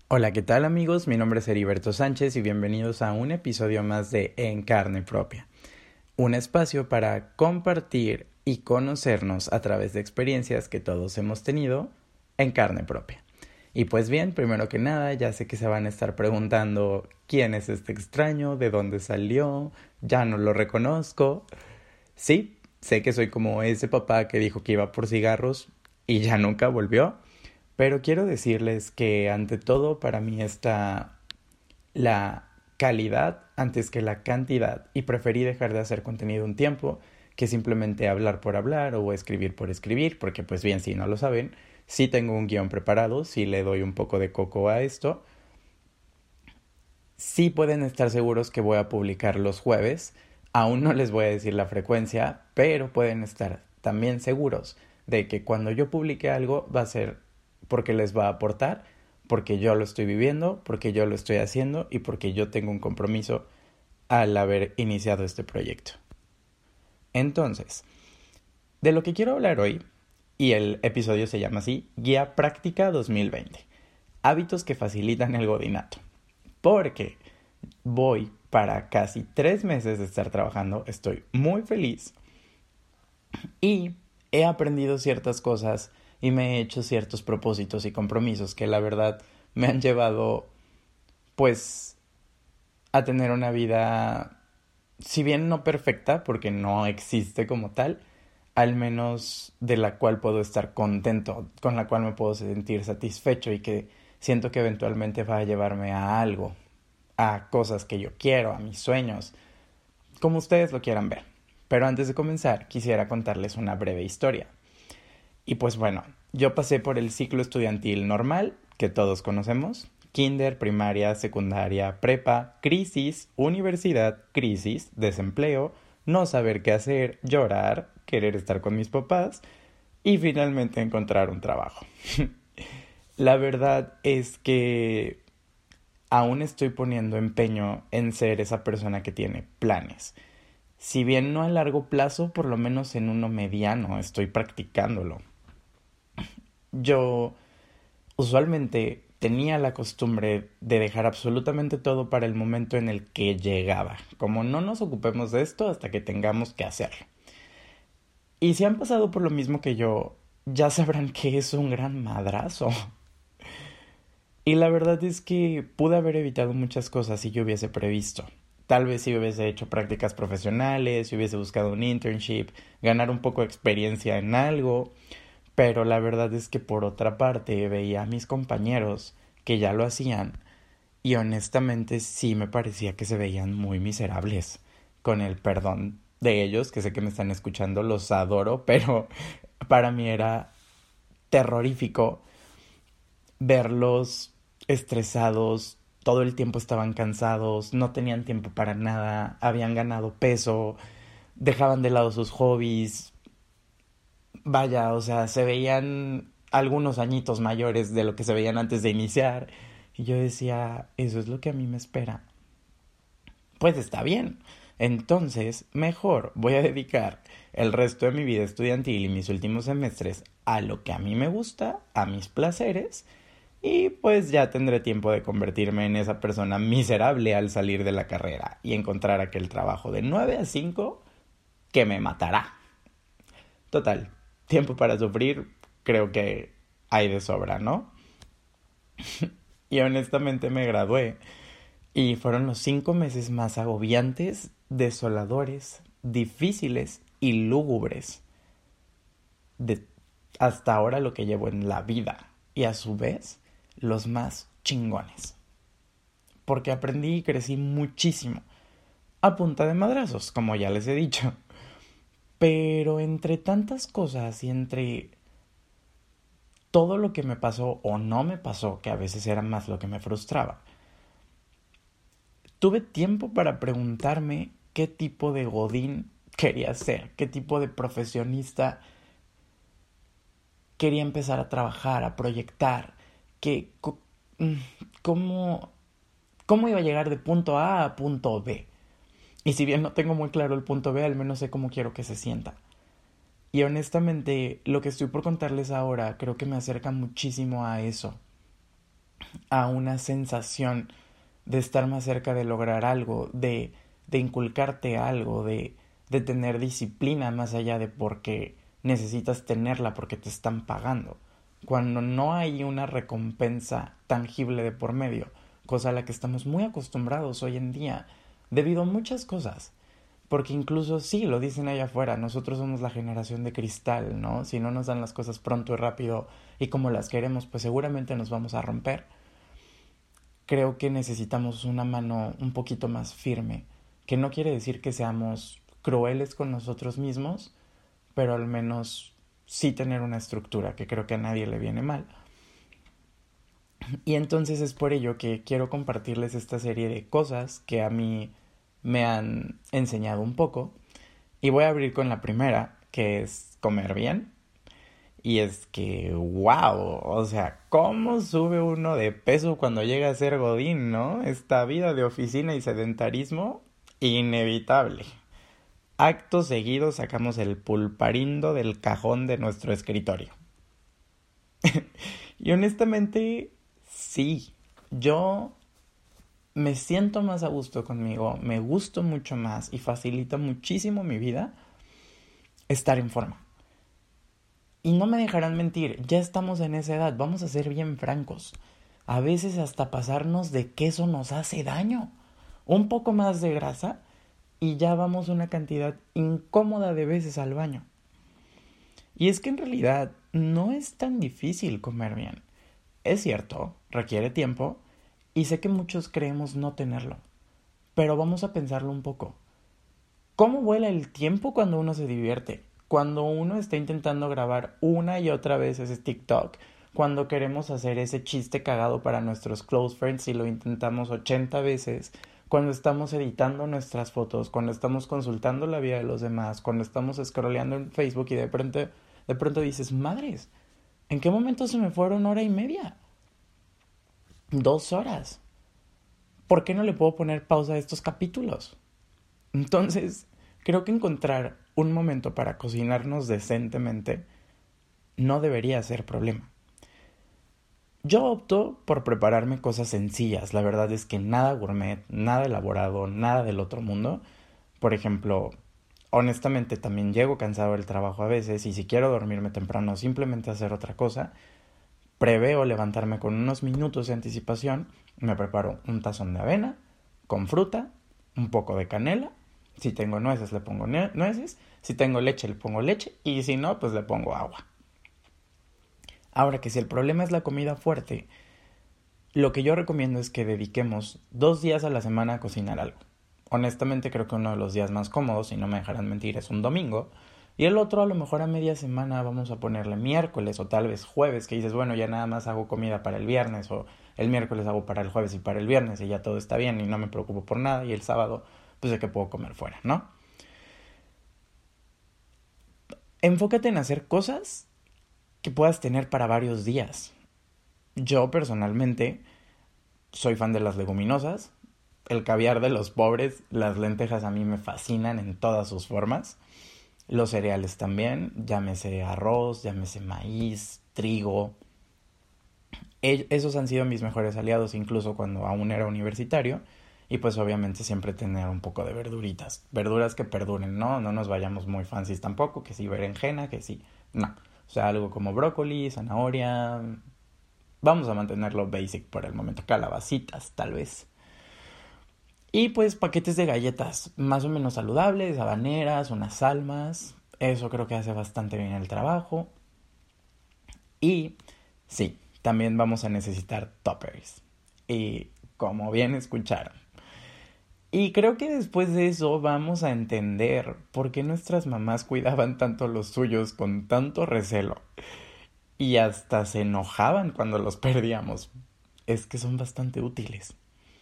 Hola, ¿qué tal amigos? Mi nombre es Heriberto Sánchez y bienvenidos a un episodio más de En Carne Propia, un espacio para compartir y conocernos a través de experiencias que todos hemos tenido en carne propia. Y pues bien, primero que nada, ya sé que se van a estar preguntando quién es este extraño, de dónde salió, ya no lo reconozco. Sí, sé que soy como ese papá que dijo que iba por cigarros y ya nunca volvió. Pero quiero decirles que ante todo para mí está la calidad antes que la cantidad y preferí dejar de hacer contenido un tiempo que simplemente hablar por hablar o escribir por escribir, porque pues bien, si no lo saben, sí tengo un guión preparado, sí le doy un poco de coco a esto, sí pueden estar seguros que voy a publicar los jueves, aún no les voy a decir la frecuencia, pero pueden estar también seguros de que cuando yo publique algo va a ser porque les va a aportar, porque yo lo estoy viviendo, porque yo lo estoy haciendo y porque yo tengo un compromiso al haber iniciado este proyecto. Entonces, de lo que quiero hablar hoy, y el episodio se llama así, Guía Práctica 2020, hábitos que facilitan el godinato. Porque voy para casi 3 meses de estar trabajando, estoy muy feliz y he aprendido ciertas cosas y me he hecho ciertos propósitos y compromisos que la verdad me han llevado pues a tener una vida, si bien no perfecta, porque no existe como tal, al menos de la cual puedo estar contento, con la cual me puedo sentir satisfecho y que siento que eventualmente va a llevarme a algo, a cosas que yo quiero, a mis sueños, como ustedes lo quieran ver. Pero antes de comenzar, quisiera contarles una breve historia. Y pues bueno, yo pasé por el ciclo estudiantil normal, que todos conocemos: kinder, primaria, secundaria, prepa, crisis, universidad, crisis, desempleo, no saber qué hacer, llorar, querer estar con mis papás y finalmente encontrar un trabajo. La verdad es que aún estoy poniendo empeño en ser esa persona que tiene planes. Si bien no a largo plazo, por lo menos en uno mediano estoy practicándolo. Yo usualmente tenía la costumbre de dejar absolutamente todo para el momento en el que llegaba, como no nos ocupemos de esto hasta que tengamos que hacerlo. Y si han pasado por lo mismo que yo, ya sabrán que es un gran madrazo. Y la verdad es que pude haber evitado muchas cosas si yo hubiese previsto. Tal vez si hubiese hecho prácticas profesionales, si hubiese buscado un internship, ganar un poco de experiencia en algo. Pero la verdad es que por otra parte veía a mis compañeros que ya lo hacían y honestamente sí me parecía que se veían muy miserables. Con el perdón de ellos, que sé que me están escuchando, los adoro, pero para mí era terrorífico verlos estresados, todo el tiempo estaban cansados, no tenían tiempo para nada, habían ganado peso, dejaban de lado sus hobbies. Vaya, o sea, se veían algunos añitos mayores de lo que se veían antes de iniciar. Y yo decía, eso es lo que a mí me espera. Pues está bien. Entonces, mejor voy a dedicar el resto de mi vida estudiantil y mis últimos semestres a lo que a mí me gusta, a mis placeres, y pues ya tendré tiempo de convertirme en esa persona miserable al salir de la carrera y encontrar aquel trabajo de 9 a 5 que me matará. Total, tiempo para sufrir creo que hay de sobra, ¿no? Y honestamente me gradué y fueron los 5 meses más agobiantes, desoladores, difíciles y lúgubres de hasta ahora lo que llevo en la vida, y a su vez los más chingones, porque aprendí y crecí muchísimo a punta de madrazos, como ya les he dicho. Pero entre tantas cosas y entre todo lo que me pasó o no me pasó, que a veces era más lo que me frustraba, tuve tiempo para preguntarme qué tipo de godín quería ser, qué tipo de profesionista quería empezar a trabajar, a proyectar, que, mm, cómo, cómo iba a llegar de punto A a punto B. Y si bien no tengo muy claro el punto B, al menos sé cómo quiero que se sienta. Y honestamente, lo que estoy por contarles ahora creo que me acerca muchísimo a eso. a una sensación de estar más cerca de lograr algo, de inculcarte algo, de tener disciplina más allá de porque necesitas tenerla porque te están pagando. Cuando no hay una recompensa tangible de por medio, cosa a la que estamos muy acostumbrados hoy en día, debido a muchas cosas. Porque incluso sí, lo dicen allá afuera, nosotros somos la generación de cristal, ¿no? Si no nos dan las cosas pronto y rápido y como las queremos, pues seguramente nos vamos a romper. Creo que necesitamos una mano un poquito más firme, que no quiere decir que seamos crueles con nosotros mismos, pero al menos sí tener una estructura, que creo que a nadie le viene mal. Y entonces es por ello que quiero compartirles esta serie de cosas que a mí me han enseñado un poco. Y voy a abrir con la primera, que es comer bien. Y es que, wow, o sea, ¿cómo sube uno de peso cuando llega a ser godín, no? Esta vida de oficina y sedentarismo, inevitable. Acto seguido sacamos el pulparindo del cajón de nuestro escritorio. Y honestamente, sí, yo me siento más a gusto conmigo, me gusto mucho más y facilita muchísimo mi vida estar en forma. Y no me dejarán mentir, ya estamos en esa edad, vamos a ser bien francos. A veces hasta pasarnos de queso nos hace daño. Un poco más de grasa y ya vamos una cantidad incómoda de veces al baño. Y es que en realidad no es tan difícil comer bien. Es cierto, requiere tiempo y sé que muchos creemos no tenerlo. Pero vamos a pensarlo un poco. ¿Cómo vuela el tiempo cuando uno se divierte? Cuando uno está intentando grabar una y otra vez ese TikTok, cuando queremos hacer ese chiste cagado para nuestros close friends y lo intentamos 80 veces, cuando estamos editando nuestras fotos, cuando estamos consultando la vida de los demás, cuando estamos scrolleando en Facebook y de pronto dices, madres, ¿en qué momento se me fueron 1 hora y media? 2 horas. ¿Por qué no le puedo poner pausa a estos capítulos? Entonces, creo que encontrar un momento para cocinarnos decentemente no debería ser problema. Yo opto por prepararme cosas sencillas. La verdad es que nada gourmet, nada elaborado, nada del otro mundo. Por ejemplo, honestamente también llego cansado del trabajo a veces y si quiero dormirme temprano o simplemente hacer otra cosa, preveo levantarme con unos minutos de anticipación, me preparo un tazón de avena con fruta, un poco de canela. Si tengo nueces le pongo nueces, si tengo leche le pongo leche y si no pues le pongo agua. Ahora que si el problema es la comida fuerte, lo que yo recomiendo es que dediquemos 2 días a la semana a cocinar algo. Honestamente creo que uno de los días más cómodos, y no me dejarán mentir, es un domingo. Y el otro a lo mejor a media semana vamos a ponerle miércoles o tal vez jueves, que dices, bueno, ya nada más hago comida para el viernes o el miércoles hago para el jueves y para el viernes y ya todo está bien y no me preocupo por nada y el sábado pues sé que puedo comer fuera, ¿no? Enfócate en hacer cosas que puedas tener para varios días. Yo personalmente soy fan de las leguminosas, el caviar de los pobres, las lentejas a mí me fascinan en todas sus formas, los cereales también, llámese arroz, llámese maíz, trigo. Esos han sido mis mejores aliados incluso cuando aún era universitario. Y pues obviamente siempre tener un poco de verduritas. Verduras que perduren, ¿no? No nos vayamos muy fancies tampoco, que sí berenjena, que sí. No. O sea, algo como brócoli, zanahoria. Vamos a mantenerlo basic por el momento. Calabacitas, tal vez. Y pues paquetes de galletas más o menos saludables, habaneras, unas almas. Eso creo que hace bastante bien el trabajo. Y sí, también vamos a necesitar toppers. Y como bien escucharon. Y creo que después de eso vamos a entender por qué nuestras mamás cuidaban tanto los suyos con tanto recelo. Y hasta se enojaban cuando los perdíamos. Es que son bastante útiles.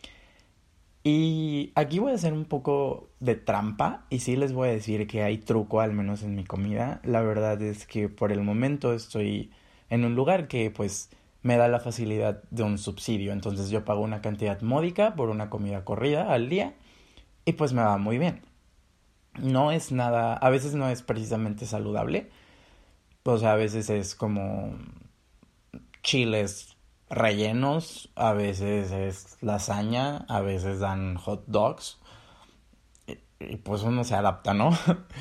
Y aquí voy a hacer un poco de trampa y sí les voy a decir que hay truco al menos en mi comida. La verdad es que por el momento estoy en un lugar que pues me da la facilidad de un subsidio. Entonces yo pago una cantidad módica por una comida corrida al día y pues me va muy bien. No es nada, a veces no es precisamente saludable. O sea, a veces es como chiles rellenos, a veces es lasaña, a veces dan hot dogs y pues uno se adapta, ¿no?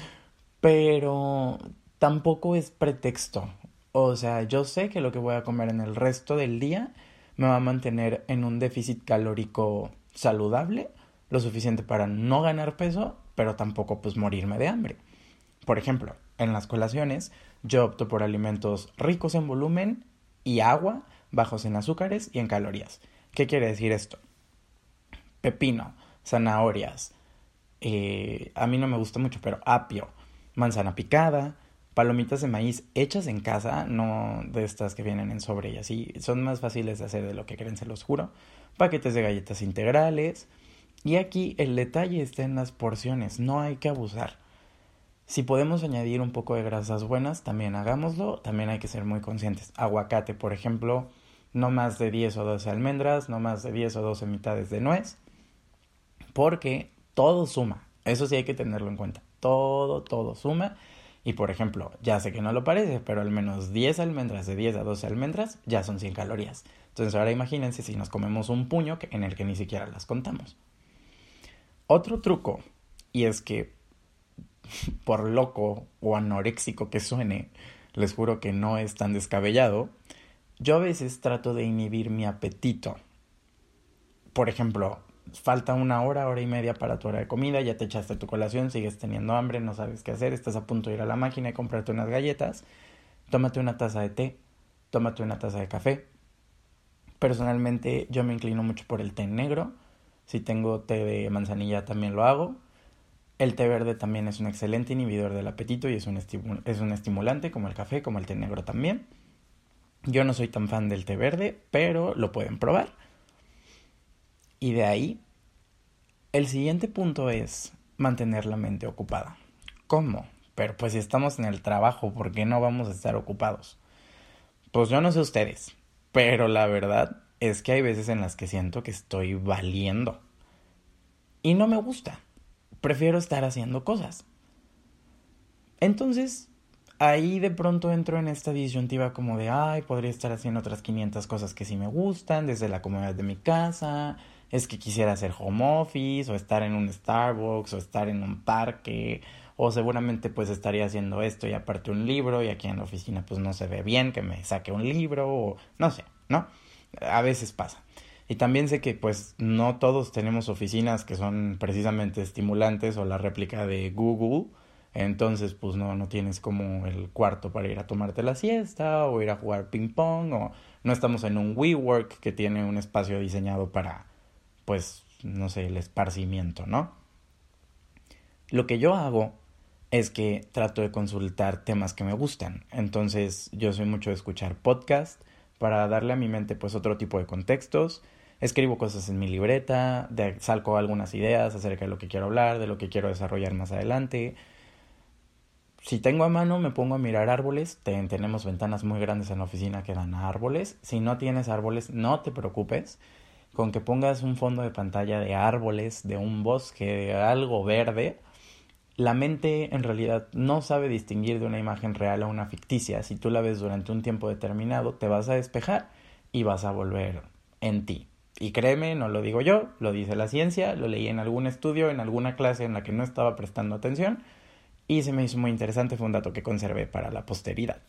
Pero tampoco es pretexto. O sea, yo sé que lo que voy a comer en el resto del día me va a mantener en un déficit calórico saludable, lo suficiente para no ganar peso, pero tampoco pues morirme de hambre. Por ejemplo, en las colaciones yo opto por alimentos ricos en volumen y agua, bajos en azúcares y en calorías. ¿Qué quiere decir esto? Pepino, zanahorias, a mí no me gusta mucho, pero apio, manzana picada, palomitas de maíz hechas en casa, no de estas que vienen en sobre y así, son más fáciles de hacer de lo que creen, se los juro. Paquetes de galletas integrales. Y aquí el detalle está en las porciones, no hay que abusar. Si podemos añadir un poco de grasas buenas, también hagámoslo, también hay que ser muy conscientes. Aguacate, por ejemplo, no más de 10 o 12 almendras, no más de 10 o 12 mitades de nuez, porque todo suma. Eso sí hay que tenerlo en cuenta. Todo suma. Y por ejemplo, ya sé que no lo parece, pero al menos 10 almendras, de 10 a 12 almendras, ya son 100 calorías. Entonces ahora imagínense si nos comemos un puño en el que ni siquiera las contamos. Otro truco, y es que por loco o anoréxico que suene, les juro que no es tan descabellado, yo a veces trato de inhibir mi apetito. Por ejemplo, falta una hora, hora y media para tu hora de comida, ya te echaste tu colación, sigues teniendo hambre, no sabes qué hacer, estás a punto de ir a la máquina y comprarte unas galletas, tómate una taza de té, tómate una taza de café. Personalmente yo me inclino mucho por el té negro, si tengo té de manzanilla también lo hago. El té verde también es un excelente inhibidor del apetito y es un estimulante como el café, como el té negro también. Yo no soy tan fan del té verde, pero lo pueden probar. Y de ahí, el siguiente punto es mantener la mente ocupada. ¿Cómo? Pero pues si estamos en el trabajo, ¿por qué no vamos a estar ocupados? Pues yo no sé ustedes, pero la verdad es que hay veces en las que siento que estoy valiendo. Y no me gusta. Prefiero estar haciendo cosas. Entonces, ahí de pronto entro en esta disyuntiva como de, ay, podría estar haciendo otras 500 cosas que sí me gustan, desde la comodidad de mi casa, es que quisiera hacer home office, o estar en un Starbucks, o estar en un parque, o seguramente pues estaría haciendo esto y aparte un libro, y aquí en la oficina pues no se ve bien que me saque un libro, o no sé, ¿no? A veces pasa. Y también sé que pues no todos tenemos oficinas que son precisamente estimulantes o la réplica de Google. Entonces pues no tienes como el cuarto para ir a tomarte la siesta o ir a jugar ping pong o no estamos en un WeWork que tiene un espacio diseñado para pues no sé, el esparcimiento, ¿no? Lo que yo hago es que trato de consultar temas que me gustan. Entonces yo soy mucho de escuchar podcast para darle a mi mente pues otro tipo de contextos. Escribo cosas en mi libreta, salco algunas ideas acerca de lo que quiero hablar, de lo que quiero desarrollar más adelante. Si tengo a mano me pongo a mirar árboles. Tenemos ventanas muy grandes en la oficina que dan a árboles. Si no tienes árboles, no te preocupes. Con que pongas un fondo de pantalla de árboles, de un bosque, de algo verde, la mente en realidad no sabe distinguir de una imagen real a una ficticia. Si tú la ves durante un tiempo determinado, te vas a despejar y vas a volver en ti. Y créeme, no lo digo yo, lo dice la ciencia, lo leí en algún estudio, en alguna clase en la que no estaba prestando atención y se me hizo muy interesante, fue un dato que conservé para la posteridad.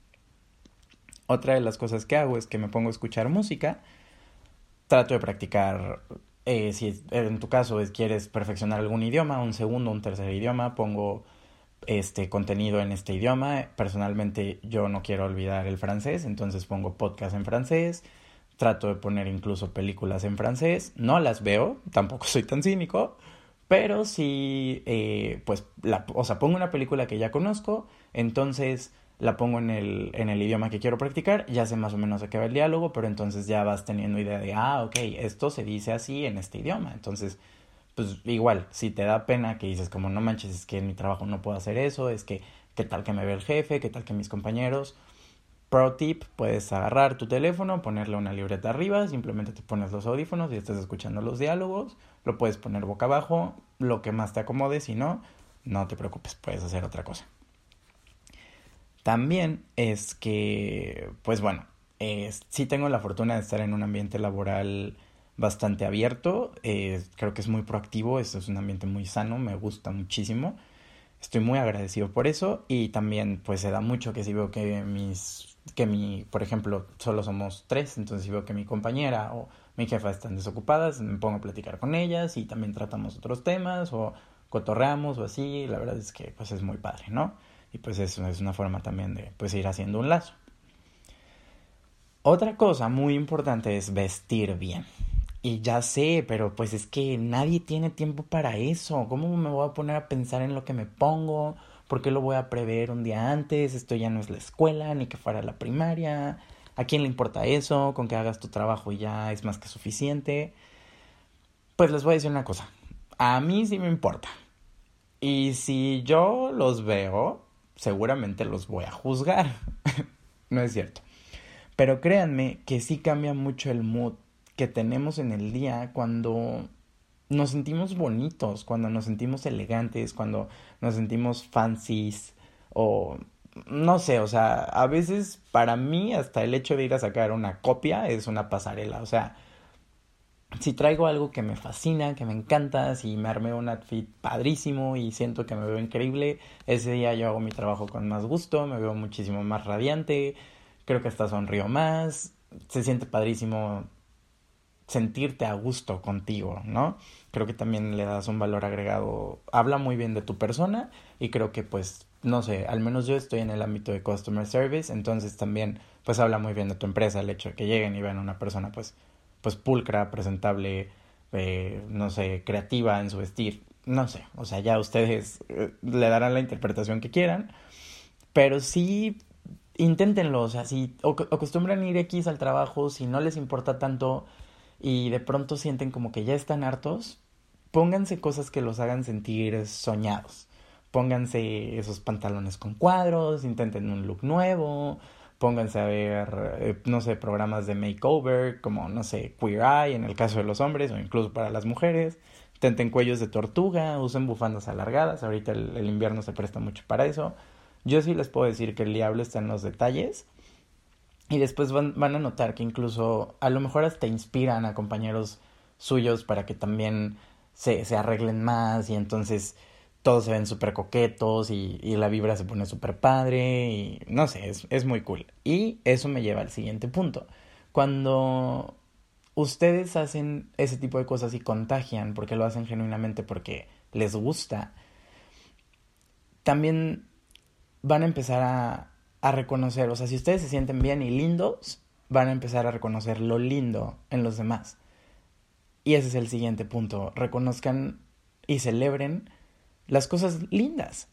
Otra de las cosas que hago es que me pongo a escuchar música, trato de practicar, si en tu caso quieres perfeccionar algún idioma, un segundo, un tercer idioma, pongo este contenido en este idioma. Personalmente yo no quiero olvidar el francés, entonces pongo podcast en francés, trato de poner incluso películas en francés, no las veo, tampoco soy tan cínico, pero sí, pues, o sea, pongo una película que ya conozco, entonces la pongo en el idioma que quiero practicar, ya sé más o menos de qué va el diálogo, pero entonces ya vas teniendo idea de, ok, esto se dice así en este idioma, entonces pues igual, si te da pena que dices como no manches, es que en mi trabajo no puedo hacer eso, es que qué tal que me ve el jefe, qué tal que mis compañeros. Pro tip, puedes agarrar tu teléfono, ponerle una libreta arriba, simplemente te pones los audífonos y estás escuchando los diálogos, lo puedes poner boca abajo, lo que más te acomode, si no, no te preocupes, puedes hacer otra cosa. También es que, pues bueno, Sí tengo la fortuna de estar en un ambiente laboral bastante abierto, creo que es muy proactivo, es un ambiente muy sano, me gusta muchísimo. Estoy muy agradecido por eso y también pues se da mucho que si veo que por ejemplo, solo somos tres, entonces si veo que mi compañera o mi jefa están desocupadas, me pongo a platicar con ellas y también tratamos otros temas o cotorreamos o así, la verdad es que pues es muy padre, ¿no? Y pues eso es una forma también de pues ir haciendo un lazo. Otra cosa muy importante es vestir bien. Y ya sé, pero pues es que nadie tiene tiempo para eso. ¿Cómo me voy a poner a pensar en lo que me pongo? ¿Por qué lo voy a prever un día antes? Esto ya no es la escuela, ni que fuera la primaria. ¿A quién le importa eso? Con que hagas tu trabajo y ya es más que suficiente. Pues les voy a decir una cosa. A mí sí me importa. Y si yo los veo, seguramente los voy a juzgar. No es cierto. Pero créanme que sí cambia mucho el mood que tenemos en el día cuando nos sentimos bonitos, cuando nos sentimos elegantes, cuando nos sentimos fancies o no sé, o sea, a veces para mí hasta el hecho de ir a sacar una copia es una pasarela, o sea, si traigo algo que me fascina, que me encanta, si me armé un outfit padrísimo y siento que me veo increíble, ese día yo hago mi trabajo con más gusto, me veo muchísimo más radiante, creo que hasta sonrío más, se siente padrísimo sentirte a gusto contigo, ¿no? Creo que también le das un valor agregado, habla muy bien de tu persona y creo que pues, no sé, al menos yo estoy en el ámbito de customer service, entonces también pues habla muy bien de tu empresa el hecho de que lleguen y vean a una persona pues pulcra, presentable, no sé, creativa en su vestir, no sé, o sea, ya ustedes le darán la interpretación que quieran, pero sí inténtenlo, o sea, si acostumbran ir X al trabajo, si no les importa tanto y de pronto sienten como que ya están hartos, pónganse cosas que los hagan sentir soñados. Pónganse esos pantalones con cuadros, intenten un look nuevo, pónganse a ver, no sé, programas de makeover, como, no sé, Queer Eye en el caso de los hombres o incluso para las mujeres. Intenten cuellos de tortuga, usen bufandas alargadas, ahorita el invierno se presta mucho para eso. Yo sí les puedo decir que el diablo está en los detalles y después van a notar que incluso a lo mejor hasta inspiran a compañeros suyos para que también se arreglen más y entonces todos se ven súper coquetos y la vibra se pone súper padre y no sé, es muy cool. Y eso me lleva al siguiente punto. Cuando ustedes hacen ese tipo de cosas y contagian porque lo hacen genuinamente porque les gusta, también van a empezar a reconocer, o sea, si ustedes se sienten bien y lindos, van a empezar a reconocer lo lindo en los demás. Y ese es el siguiente punto, reconozcan y celebren las cosas lindas.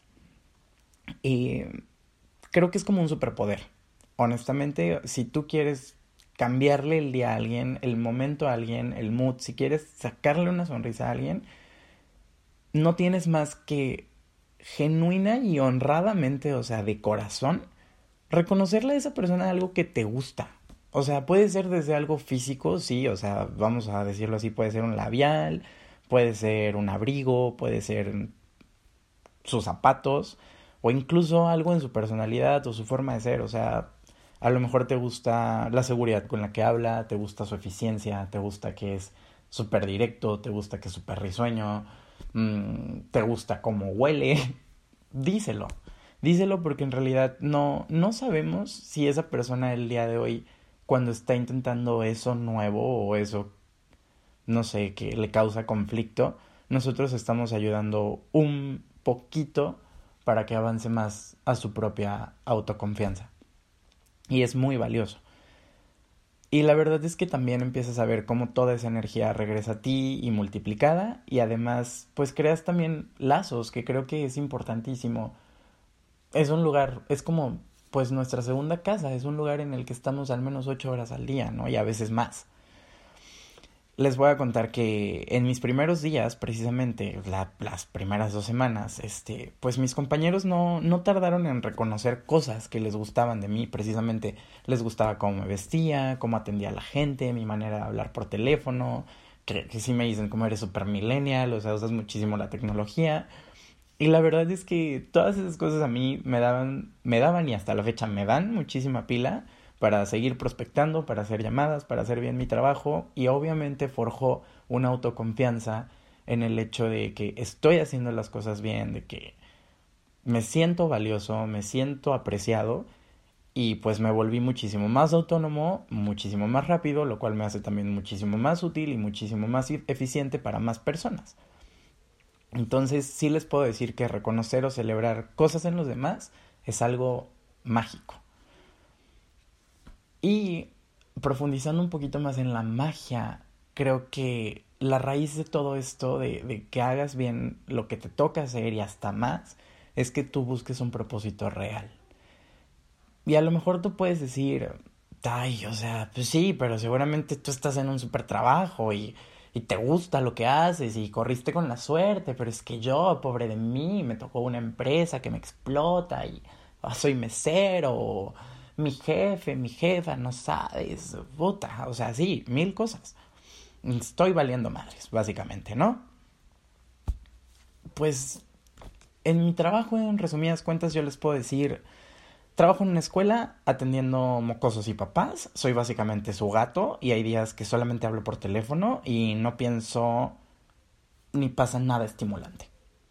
Y creo que es como un superpoder. Honestamente, si tú quieres cambiarle el día a alguien, el momento a alguien, el mood, si quieres sacarle una sonrisa a alguien, no tienes más que genuina y honradamente, o sea, de corazón, reconocerle a esa persona algo que te gusta. O sea, puede ser desde algo físico, sí, o sea, vamos a decirlo así, puede ser un labial, puede ser un abrigo, puede ser sus zapatos, o incluso algo en su personalidad o su forma de ser. O sea, a lo mejor te gusta la seguridad con la que habla, te gusta su eficiencia, te gusta que es súper directo, te gusta que es súper risueño, te gusta cómo huele. Díselo. Díselo porque en realidad no sabemos si esa persona el día de hoy, cuando está intentando eso nuevo o eso, no sé, que le causa conflicto, nosotros estamos ayudando un poquito para que avance más a su propia autoconfianza. Y es muy valioso. Y la verdad es que también empiezas a ver cómo toda esa energía regresa a ti y multiplicada y además pues creas también lazos que creo que es importantísimo. Es un lugar, es como pues nuestra segunda casa, es un lugar en el que estamos al menos 8 horas al día, ¿no? Y a veces más. Les voy a contar que en mis primeros días, precisamente las primeras 2 semanas, pues mis compañeros no tardaron en reconocer cosas que les gustaban de mí, precisamente les gustaba cómo me vestía, cómo atendía a la gente, mi manera de hablar por teléfono, que sí me dicen cómo eres super millennial, o sea, usas muchísimo la tecnología. Y la verdad es que todas esas cosas a mí me daban y hasta la fecha me dan muchísima pila para seguir prospectando, para hacer llamadas, para hacer bien mi trabajo y obviamente forjó una autoconfianza en el hecho de que estoy haciendo las cosas bien, de que me siento valioso, me siento apreciado y pues me volví muchísimo más autónomo, muchísimo más rápido, lo cual me hace también muchísimo más útil y muchísimo más eficiente para más personas. Entonces sí les puedo decir que reconocer o celebrar cosas en los demás es algo mágico. Y profundizando un poquito más en la magia, creo que la raíz de todo esto, de que hagas bien lo que te toca hacer y hasta más, es que tú busques un propósito real. Y a lo mejor tú puedes decir, ay, o sea, pues sí, pero seguramente tú estás en un súper trabajo y te gusta lo que haces y corriste con la suerte, pero es que yo, pobre de mí, me tocó una empresa que me explota y soy mesero, o mi jefe, mi jefa, no sabes, puta, o sea, sí, mil cosas. Estoy valiendo madres, básicamente, ¿no? Pues en mi trabajo, en resumidas cuentas, yo les puedo decir, trabajo en una escuela atendiendo mocosos y papás. Soy básicamente su gato y hay días que solamente hablo por teléfono y no pienso ni pasa nada estimulante.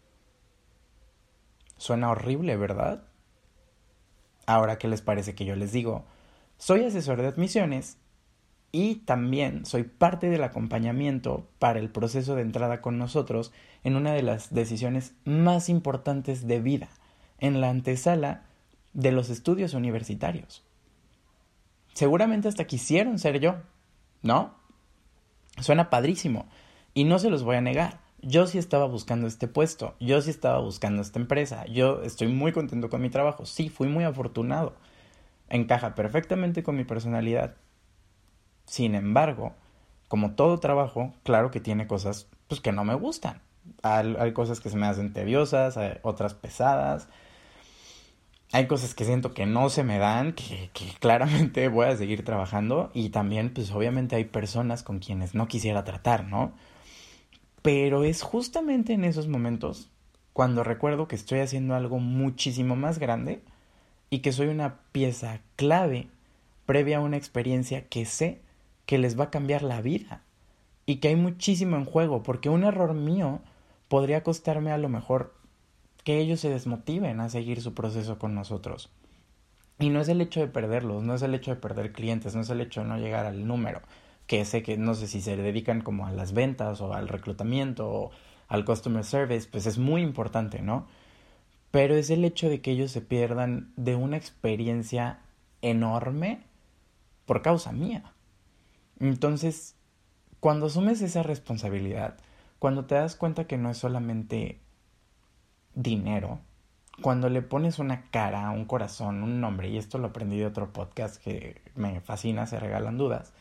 Suena horrible, ¿verdad? Ahora, ¿qué les parece que yo les digo? Soy asesor de admisiones y también soy parte del acompañamiento para el proceso de entrada con nosotros en una de las decisiones más importantes de vida, en la antesala de los estudios universitarios. Seguramente hasta quisieron ser yo, ¿no? Suena padrísimo y no se los voy a negar. Yo sí estaba buscando este puesto, yo sí estaba buscando esta empresa, yo estoy muy contento con mi trabajo, sí, fui muy afortunado, encaja perfectamente con mi personalidad. Sin embargo, como todo trabajo, claro que tiene cosas pues que no me gustan. Hay cosas que se me hacen tediosas, hay otras pesadas. Hay cosas que siento que no se me dan, que claramente voy a seguir trabajando. Y también, pues obviamente hay personas con quienes no quisiera tratar, ¿no? Pero es justamente en esos momentos cuando recuerdo que estoy haciendo algo muchísimo más grande y que soy una pieza clave previa a una experiencia que sé que les va a cambiar la vida y que hay muchísimo en juego, porque un error mío podría costarme a lo mejor que ellos se desmotiven a seguir su proceso con nosotros. Y no es el hecho de perderlos, no es el hecho de perder clientes, no es el hecho de no llegar al número, que sé que no sé si se dedican como a las ventas o al reclutamiento o al customer service, pues es muy importante, ¿no? Pero es el hecho de que ellos se pierdan de una experiencia enorme por causa mía. Entonces, cuando asumes esa responsabilidad, cuando te das cuenta que no es solamente dinero, cuando le pones una cara, un corazón, un nombre, y esto lo aprendí de otro podcast que me fascina, Se Regalan Dudas,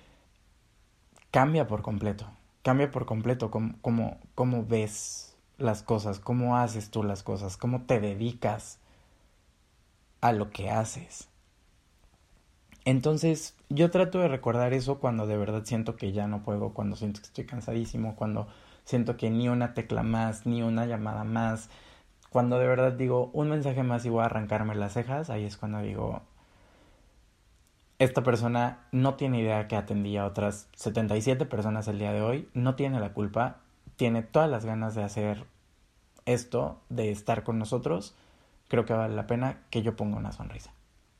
cambia por completo cómo ves las cosas, cómo haces tú las cosas, cómo te dedicas a lo que haces. Entonces, yo trato de recordar eso cuando de verdad siento que ya no puedo, cuando siento que estoy cansadísimo, cuando siento que ni una tecla más, ni una llamada más, cuando de verdad digo un mensaje más y voy a arrancarme las cejas, ahí es cuando digo, esta persona no tiene idea que atendía a otras 77 personas el día de hoy, no tiene la culpa, tiene todas las ganas de hacer esto, de estar con nosotros, creo que vale la pena que yo ponga una sonrisa.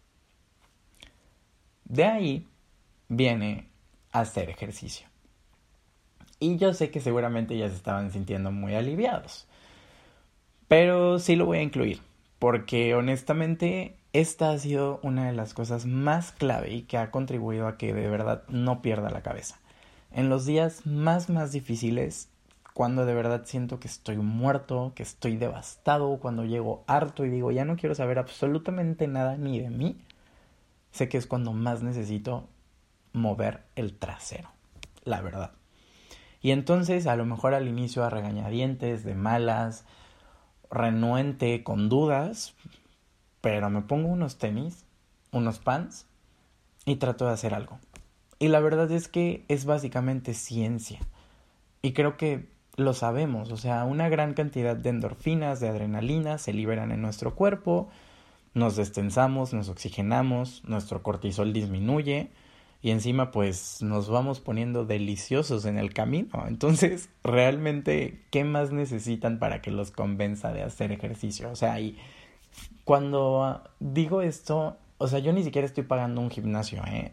De ahí viene hacer ejercicio. Y yo sé que seguramente ya se estaban sintiendo muy aliviados. Pero sí lo voy a incluir. Porque honestamente esta ha sido una de las cosas más clave y que ha contribuido a que de verdad no pierda la cabeza. En los días más difíciles, cuando de verdad siento que estoy muerto, que estoy devastado, cuando llego harto y digo ya no quiero saber absolutamente nada ni de mí, sé que es cuando más necesito mover el trasero, la verdad. Y entonces a lo mejor al inicio a regañadientes, de malas, renuente, con dudas, pero me pongo unos tenis, unos pants y trato de hacer algo. Y la verdad es que es básicamente ciencia. Y creo que lo sabemos, o sea, una gran cantidad de endorfinas, de adrenalina se liberan en nuestro cuerpo nos destensamos, nos oxigenamos, nuestro cortisol disminuye y encima pues nos vamos poniendo deliciosos en el camino. Entonces, realmente, ¿qué más necesitan para que los convenza de hacer ejercicio? O sea, y cuando digo esto, o sea, yo ni siquiera estoy pagando un gimnasio, ¿eh?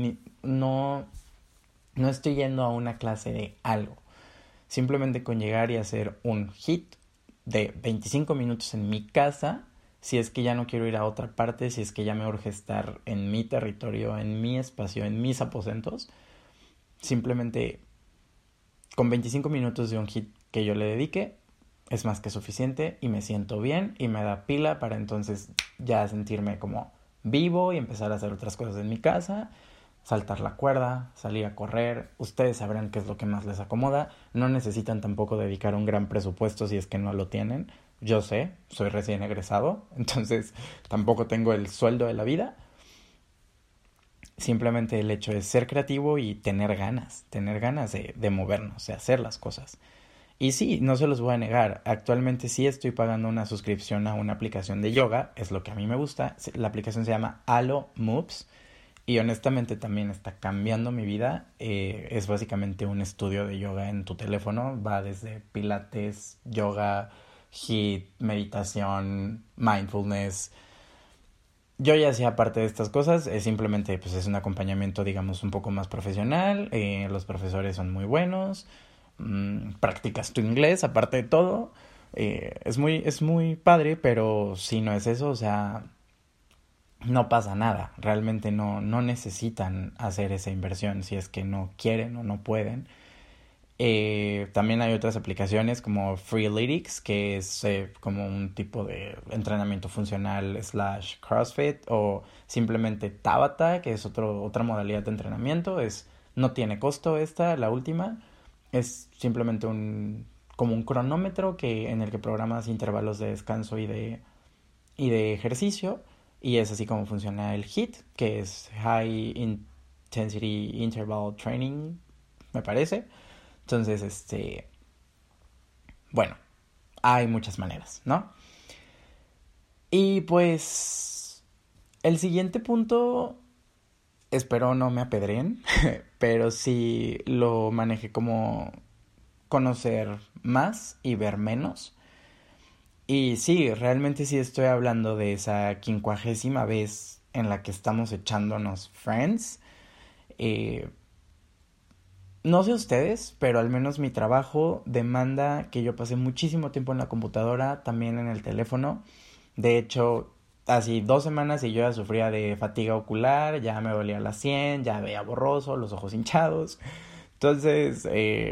No estoy yendo a una clase de algo. Simplemente con llegar y hacer un hit de 25 minutos en mi casa, si es que ya no quiero ir a otra parte, si es que ya me urge estar en mi territorio, en mi espacio, en mis aposentos, simplemente con 25 minutos de un hit que yo le dedique, es más que suficiente y me siento bien y me da pila para entonces ya sentirme como vivo y empezar a hacer otras cosas en mi casa, saltar la cuerda, salir a correr. Ustedes sabrán qué es lo que más les acomoda. No necesitan tampoco dedicar un gran presupuesto si es que no lo tienen. Yo sé, soy recién egresado, entonces tampoco tengo el sueldo de la vida. Simplemente el hecho es ser creativo y tener ganas de movernos, de hacer las cosas. Y sí, no se los voy a negar, actualmente sí estoy pagando una suscripción a una aplicación de yoga, es lo que a mí me gusta. La aplicación se llama Alo Moves y honestamente también está cambiando mi vida. Es básicamente un estudio de yoga en tu teléfono, va desde pilates, yoga, HIIT, meditación, mindfulness. Yo ya hacía parte de estas cosas, simplemente pues es un acompañamiento digamos un poco más profesional, los profesores son muy buenos, practicas tu inglés aparte de todo, es muy padre, pero si no es eso, o sea, no pasa nada, realmente no necesitan hacer esa inversión si es que no quieren o no pueden. También hay otras aplicaciones como Freeletics, que es como un tipo de entrenamiento funcional slash CrossFit, o simplemente Tabata, que es otra modalidad de entrenamiento. No tiene costo esta, la última. Es simplemente como un cronómetro en el que programas intervalos de descanso y de ejercicio. Y es así como funciona el HIIT, que es High Intensity Interval Training, me parece. Entonces, bueno, hay muchas maneras, ¿no? Y pues, el siguiente punto, espero no me apedreen, pero sí lo manejé como conocer más y ver menos. Y sí, realmente sí estoy hablando de esa 50ª vez en la que estamos echándonos Friends. Eh, No sé ustedes, pero al menos mi trabajo demanda que yo pase muchísimo tiempo en la computadora, también en el teléfono. De hecho, así 2 semanas y yo ya sufría de fatiga ocular, ya me dolía la sien, ya veía borroso, los ojos hinchados. Entonces,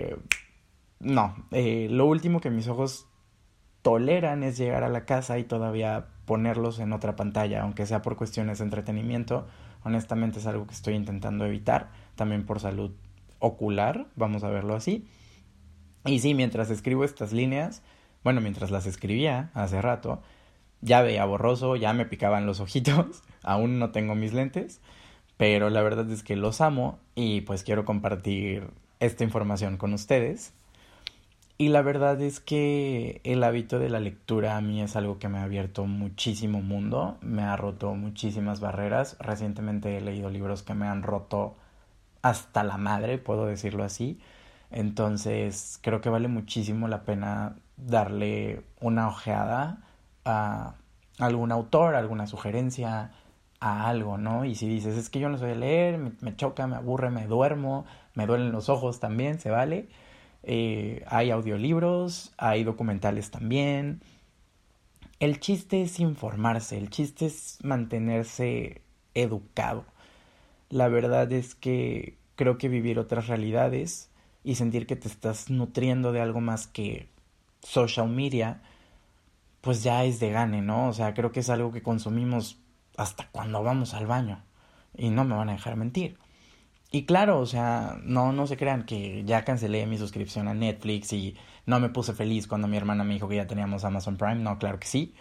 no, lo último que mis ojos toleran es llegar a la casa y todavía ponerlos en otra pantalla, aunque sea por cuestiones de entretenimiento. Honestamente es algo que estoy intentando evitar, también por salud ocular, vamos a verlo así. Y sí, mientras escribo estas líneas, bueno, mientras las escribía hace rato, ya veía borroso, ya me picaban los ojitos, aún no tengo mis lentes, pero la verdad es que los amo y pues quiero compartir esta información con ustedes. Y la verdad es que el hábito de la lectura a mí es algo que me ha abierto muchísimo mundo, me ha roto muchísimas barreras. Recientemente he leído libros que me han roto hasta la madre, puedo decirlo así. Entonces creo que vale muchísimo la pena darle una ojeada a algún autor, alguna sugerencia, a algo, ¿no? Y si dices, es que yo no sé leer, me choca, me aburre, me duermo, me duelen los ojos también, se vale. Hay audiolibros, hay documentales también. El chiste es informarse, el chiste es mantenerse educado. La verdad es que creo que vivir otras realidades y sentir que te estás nutriendo de algo más que social media, pues ya es de gane, ¿no? O sea, creo que es algo que consumimos hasta cuando vamos al baño. Y no me van a dejar mentir. Y claro, o sea, no se crean que ya cancelé mi suscripción a Netflix y no me puse feliz cuando mi hermana me dijo que ya teníamos Amazon Prime. No, claro que sí.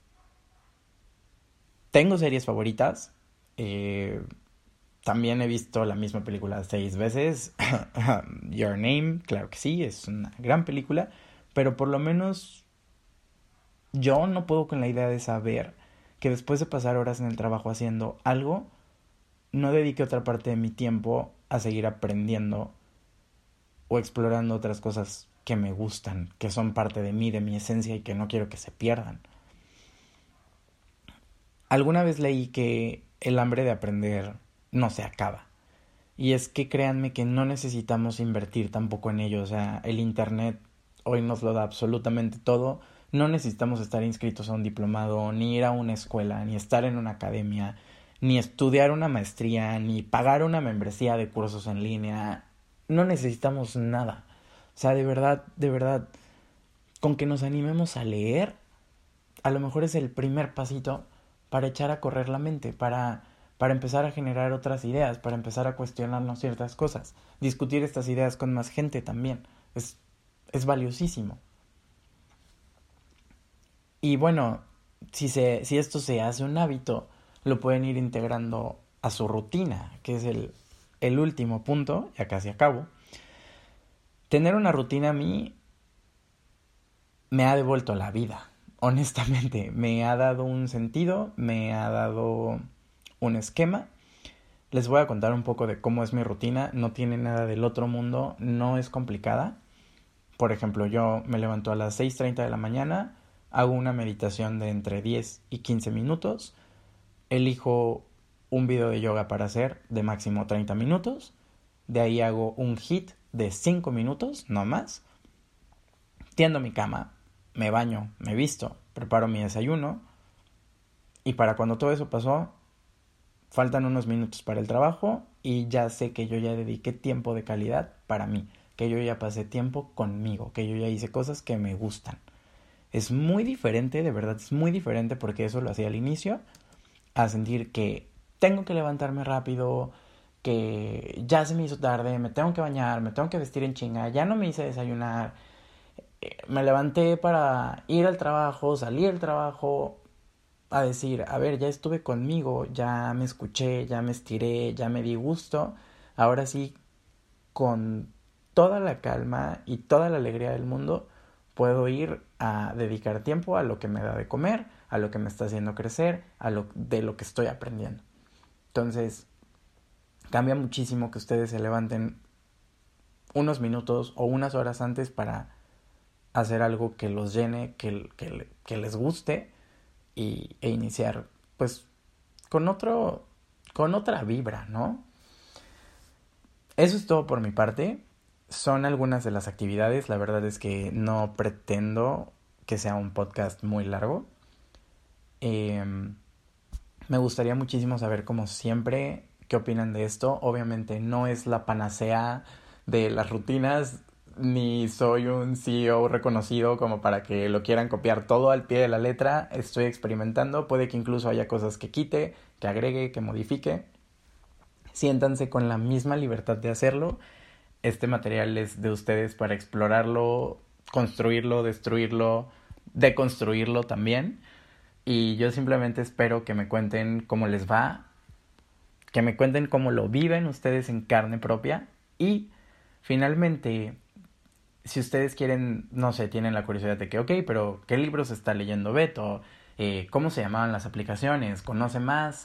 Tengo series favoritas. Eh, También he visto la misma película 6 veces. Your Name, claro que sí, es una gran película. Pero por lo menos yo no puedo con la idea de saber que después de pasar horas en el trabajo haciendo algo, no dedique otra parte de mi tiempo a seguir aprendiendo o explorando otras cosas que me gustan, que son parte de mí, de mi esencia y que no quiero que se pierdan. Alguna vez leí que el hambre de aprender no se acaba. Y es que créanme que no necesitamos invertir tampoco en ello. O sea, el internet hoy nos lo da absolutamente todo. No necesitamos estar inscritos a un diplomado, ni ir a una escuela, ni estar en una academia, ni estudiar una maestría, ni pagar una membresía de cursos en línea. No necesitamos nada. O sea, de verdad, con que nos animemos a leer, a lo mejor es el primer pasito para echar a correr la mente, para empezar a generar otras ideas, para empezar a cuestionarnos ciertas cosas. Discutir estas ideas con más gente también. Es valiosísimo. Y bueno, si esto se hace un hábito, lo pueden ir integrando a su rutina, que es el último punto, ya casi acabo. Tener una rutina a mí me ha devuelto la vida, honestamente. Me ha dado un sentido, me ha dado un esquema. Les voy a contar un poco de cómo es mi rutina. No tiene nada del otro mundo, no es complicada. Por ejemplo, yo me levanto a las 6:30 de la mañana, hago una meditación de entre 10 y 15 minutos, elijo un video de yoga para hacer de máximo 30 minutos, de ahí hago un hit de 5 minutos, no más, tiendo mi cama, me baño, me visto, preparo mi desayuno y para cuando todo eso pasó, faltan unos minutos para el trabajo y ya sé que yo ya dediqué tiempo de calidad para mí, que yo ya pasé tiempo conmigo, que yo ya hice cosas que me gustan. Es muy diferente, de verdad, es muy diferente porque eso lo hacía al inicio, a sentir que tengo que levantarme rápido, que ya se me hizo tarde, me tengo que bañar, me tengo que vestir en chinga, ya no me hice desayunar, me levanté para ir al trabajo, salir del trabajo, a decir, a ver, ya estuve conmigo, ya me escuché, ya me estiré, ya me di gusto, ahora sí, con toda la calma y toda la alegría del mundo, puedo ir a dedicar tiempo a lo que me da de comer, a lo que me está haciendo crecer, de lo que estoy aprendiendo. Entonces, cambia muchísimo que ustedes se levanten unos minutos o unas horas antes para hacer algo que los llene, que les guste e iniciar pues con otra vibra, ¿no? Eso es todo por mi parte. Son algunas de las actividades. La verdad es que no pretendo que sea un podcast muy largo. Me gustaría muchísimo saber, como siempre, qué opinan de esto. Obviamente no es la panacea de las rutinas, ni soy un CEO reconocido como para que lo quieran copiar todo al pie de la letra. Estoy experimentando, puede que incluso haya cosas que quite, que agregue, que modifique. Siéntanse con la misma libertad de hacerlo. Este material es de ustedes para explorarlo, construirlo, destruirlo, deconstruirlo también. Y yo simplemente espero que me cuenten cómo les va, que me cuenten cómo lo viven ustedes en carne propia. Y finalmente, si ustedes quieren, no sé, tienen la curiosidad de que, ok, pero ¿qué libros está leyendo Beto? ¿Cómo se llamaban las aplicaciones? ¿Conoce más?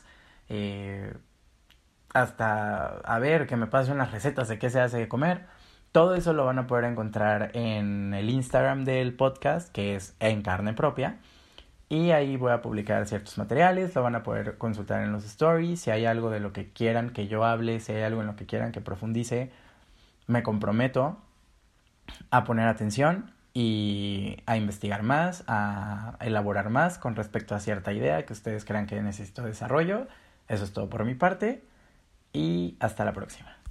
Hasta, a ver, que me pase unas recetas de qué se hace de comer. Todo eso lo van a poder encontrar en el Instagram del podcast, que es En Carne Propia. Y ahí voy a publicar ciertos materiales, lo van a poder consultar en los stories. Si hay algo de lo que quieran que yo hable, si hay algo en lo que quieran que profundice, me comprometo a poner atención y a investigar más, a elaborar más con respecto a cierta idea que ustedes crean que necesito desarrollo. Eso es todo por mi parte y hasta la próxima.